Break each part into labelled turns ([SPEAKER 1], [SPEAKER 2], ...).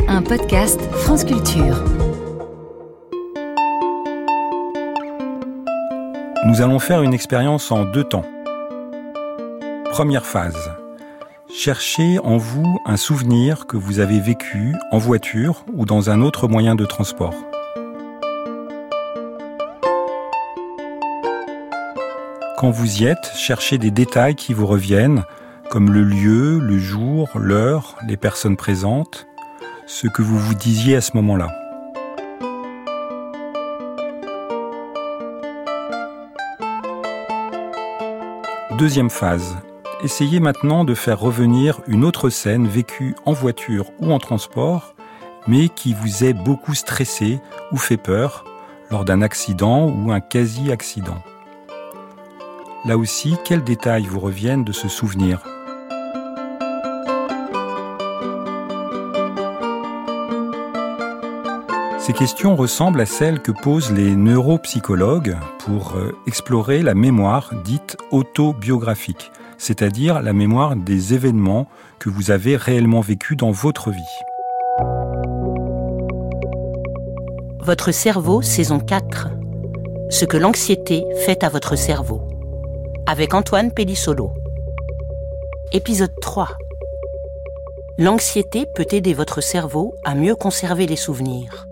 [SPEAKER 1] Un podcast France Culture.
[SPEAKER 2] Nous allons faire une expérience en 2 temps. Première phase. Cherchez en vous un souvenir que vous avez vécu en voiture ou dans un autre moyen de transport. Quand vous y êtes, cherchez des détails qui vous reviennent, comme le lieu, le jour, l'heure, les personnes présentes, ce que vous vous disiez à ce moment-là. Deuxième phase. Essayez maintenant de faire revenir une autre scène vécue en voiture ou en transport, mais qui vous ait beaucoup stressé ou fait peur lors d'un accident ou un quasi-accident. Là aussi, quels détails vous reviennent de ce souvenir ? Ces questions ressemblent à celles que posent les neuropsychologues pour explorer la mémoire dite autobiographique, c'est-à-dire la mémoire des événements que vous avez réellement vécus dans votre vie.
[SPEAKER 3] Votre cerveau, saison 4. Ce que l'anxiété fait à votre cerveau. Avec Antoine Pellissolo. Épisode 3. L'anxiété peut aider votre cerveau à mieux conserver les souvenirs.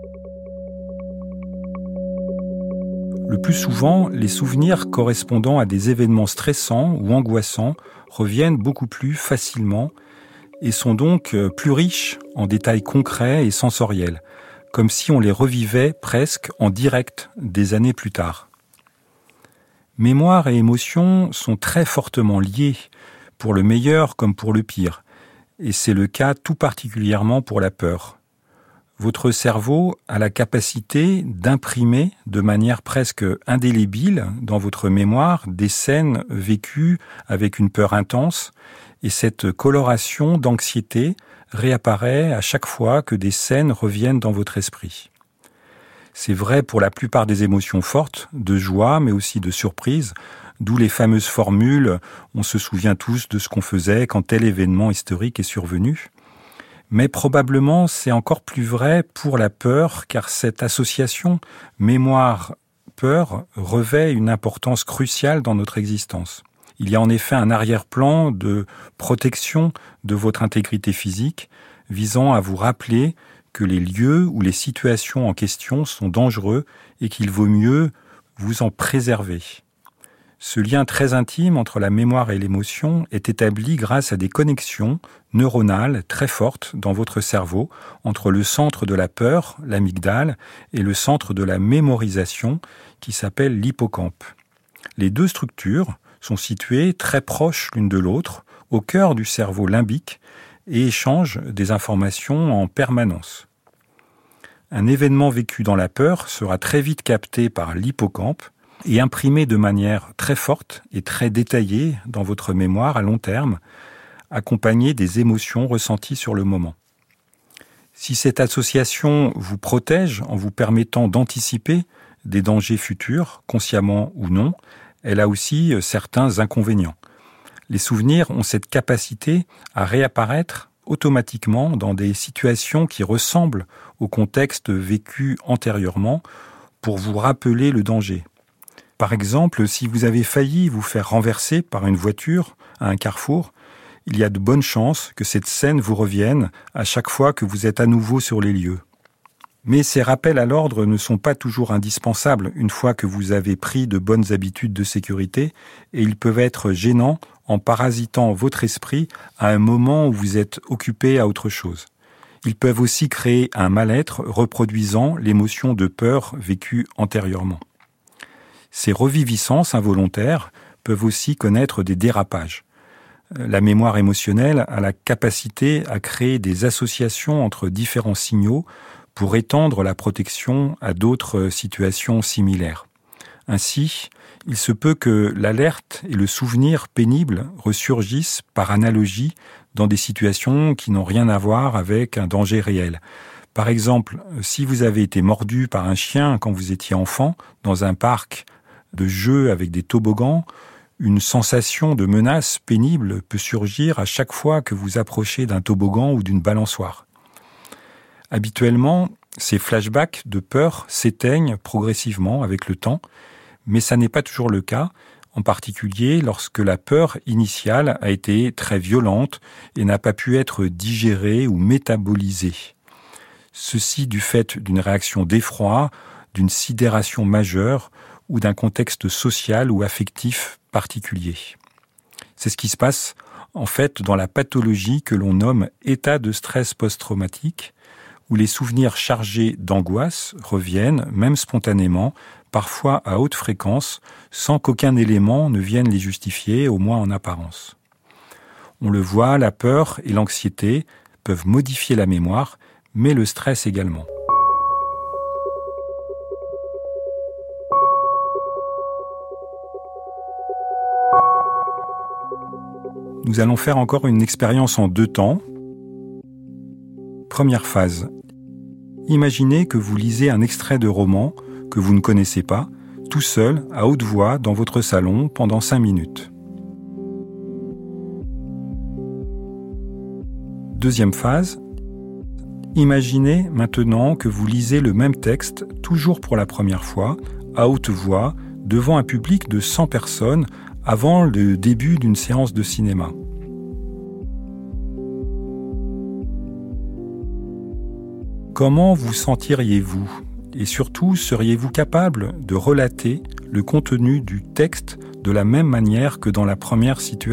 [SPEAKER 2] Le plus souvent, les souvenirs correspondant à des événements stressants ou angoissants reviennent beaucoup plus facilement et sont donc plus riches en détails concrets et sensoriels, comme si on les revivait presque en direct des années plus tard. Mémoire et émotion sont très fortement liés, pour le meilleur comme pour le pire, et c'est le cas tout particulièrement pour la peur. Votre cerveau a la capacité d'imprimer de manière presque indélébile dans votre mémoire des scènes vécues avec une peur intense, et cette coloration d'anxiété réapparaît à chaque fois que des scènes reviennent dans votre esprit. C'est vrai pour la plupart des émotions fortes, de joie mais aussi de surprise, d'où les fameuses formules « on se souvient tous de ce qu'on faisait quand tel événement historique est survenu ». Mais probablement c'est encore plus vrai pour la peur, car cette association mémoire-peur revêt une importance cruciale dans notre existence. Il y a en effet un arrière-plan de protection de votre intégrité physique, visant à vous rappeler que les lieux ou les situations en question sont dangereux et qu'il vaut mieux vous en préserver. Ce lien très intime entre la mémoire et l'émotion est établi grâce à des connexions neuronales très fortes dans votre cerveau entre le centre de la peur, l'amygdale, et le centre de la mémorisation qui s'appelle l'hippocampe. Les 2 structures sont situées très proches l'une de l'autre, au cœur du cerveau limbique, et échangent des informations en permanence. Un événement vécu dans la peur sera très vite capté par l'hippocampe et imprimé de manière très forte et très détaillée dans votre mémoire à long terme, accompagné des émotions ressenties sur le moment. Si cette association vous protège en vous permettant d'anticiper des dangers futurs, consciemment ou non, elle a aussi certains inconvénients. Les souvenirs ont cette capacité à réapparaître automatiquement dans des situations qui ressemblent au contexte vécu antérieurement pour vous rappeler le danger. Par exemple, si vous avez failli vous faire renverser par une voiture à un carrefour, il y a de bonnes chances que cette scène vous revienne à chaque fois que vous êtes à nouveau sur les lieux. Mais ces rappels à l'ordre ne sont pas toujours indispensables une fois que vous avez pris de bonnes habitudes de sécurité, et ils peuvent être gênants en parasitant votre esprit à un moment où vous êtes occupé à autre chose. Ils peuvent aussi créer un mal-être reproduisant l'émotion de peur vécue antérieurement. Ces reviviscences involontaires peuvent aussi connaître des dérapages. La mémoire émotionnelle a la capacité à créer des associations entre différents signaux pour étendre la protection à d'autres situations similaires. Ainsi, il se peut que l'alerte et le souvenir pénible ressurgissent par analogie dans des situations qui n'ont rien à voir avec un danger réel. Par exemple, si vous avez été mordu par un chien quand vous étiez enfant dans un parc de jeux avec des toboggans, une sensation de menace pénible peut surgir à chaque fois que vous approchez d'un toboggan ou d'une balançoire. Habituellement, ces flashbacks de peur s'éteignent progressivement avec le temps, mais ça n'est pas toujours le cas, en particulier lorsque la peur initiale a été très violente et n'a pas pu être digérée ou métabolisée. Ceci du fait d'une réaction d'effroi, d'une sidération majeure ou d'un contexte social ou affectif particulier. C'est ce qui se passe en fait dans la pathologie que l'on nomme état de stress post-traumatique, où les souvenirs chargés d'angoisse reviennent, même spontanément, parfois à haute fréquence, sans qu'aucun élément ne vienne les justifier, au moins en apparence. On le voit, la peur et l'anxiété peuvent modifier la mémoire, mais le stress également. Nous allons faire encore une expérience en 2 temps. Première phase. Imaginez que vous lisez un extrait de roman que vous ne connaissez pas, tout seul, à haute voix, dans votre salon, pendant 5 minutes. Deuxième phase. Imaginez maintenant que vous lisez le même texte, toujours pour la première fois, à haute voix, devant un public de 100 personnes, avant le début d'une séance de cinéma. Comment vous sentiriez-vous ? Et surtout, seriez-vous capable de relater le contenu du texte de la même manière que dans la première situation ?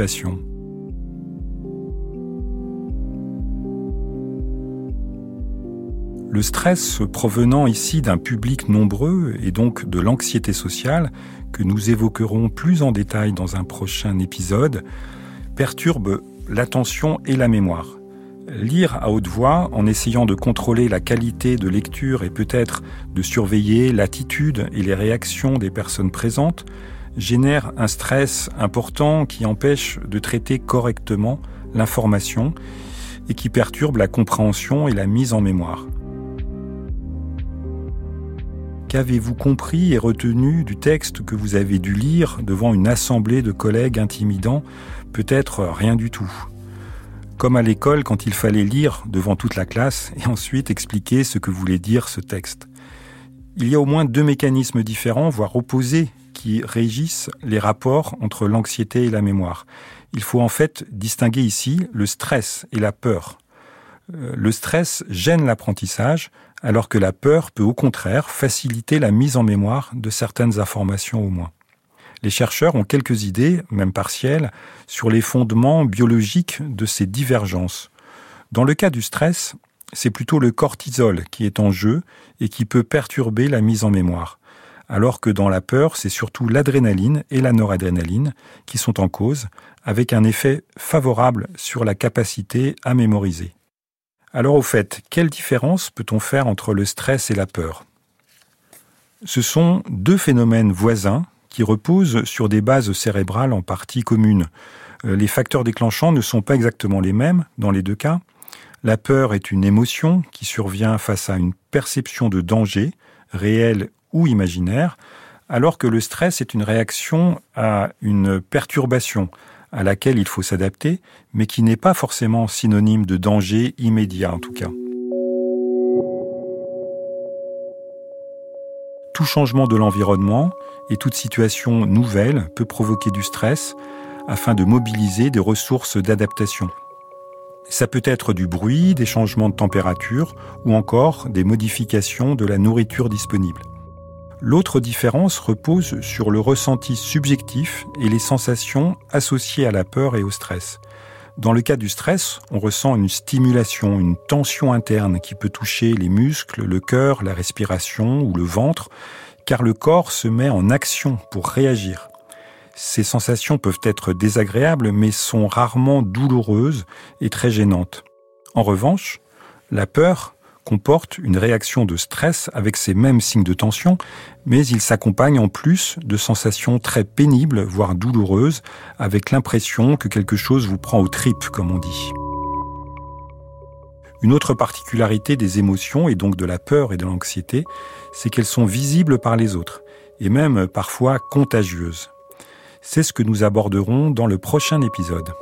[SPEAKER 2] Le stress provenant ici d'un public nombreux et donc de l'anxiété sociale, que nous évoquerons plus en détail dans un prochain épisode, perturbe l'attention et la mémoire. Lire à haute voix en essayant de contrôler la qualité de lecture et peut-être de surveiller l'attitude et les réactions des personnes présentes génère un stress important qui empêche de traiter correctement l'information et qui perturbe la compréhension et la mise en mémoire. Qu'avez-vous compris et retenu du texte que vous avez dû lire devant une assemblée de collègues intimidants ? Peut-être rien du tout. Comme à l'école quand il fallait lire devant toute la classe et ensuite expliquer ce que voulait dire ce texte. Il y a au moins 2 mécanismes différents, voire opposés, qui régissent les rapports entre l'anxiété et la mémoire. Il faut en fait distinguer ici le stress et la peur. Le stress gêne l'apprentissage, alors que la peur peut au contraire faciliter la mise en mémoire de certaines informations au moins. Les chercheurs ont quelques idées, même partielles, sur les fondements biologiques de ces divergences. Dans le cas du stress, c'est plutôt le cortisol qui est en jeu et qui peut perturber la mise en mémoire, alors que dans la peur, c'est surtout l'adrénaline et la noradrénaline qui sont en cause, avec un effet favorable sur la capacité à mémoriser. Alors au fait, quelle différence peut-on faire entre le stress et la peur ? Ce sont 2 phénomènes voisins qui reposent sur des bases cérébrales en partie communes. Les facteurs déclenchants ne sont pas exactement les mêmes dans les 2 cas. La peur est une émotion qui survient face à une perception de danger, réel ou imaginaire, alors que le stress est une réaction à une perturbation à laquelle il faut s'adapter, mais qui n'est pas forcément synonyme de danger immédiat en tout cas. Tout changement de l'environnement et toute situation nouvelle peut provoquer du stress afin de mobiliser des ressources d'adaptation. Ça peut être du bruit, des changements de température ou encore des modifications de la nourriture disponible. L'autre différence repose sur le ressenti subjectif et les sensations associées à la peur et au stress. Dans le cas du stress, on ressent une stimulation, une tension interne qui peut toucher les muscles, le cœur, la respiration ou le ventre, car le corps se met en action pour réagir. Ces sensations peuvent être désagréables, mais sont rarement douloureuses et très gênantes. En revanche, la peur comporte une réaction de stress avec ces mêmes signes de tension, mais il s'accompagne en plus de sensations très pénibles, voire douloureuses, avec l'impression que quelque chose vous prend aux tripes, comme on dit. Une autre particularité des émotions, et donc de la peur et de l'anxiété, c'est qu'elles sont visibles par les autres, et même parfois contagieuses. C'est ce que nous aborderons dans le prochain épisode.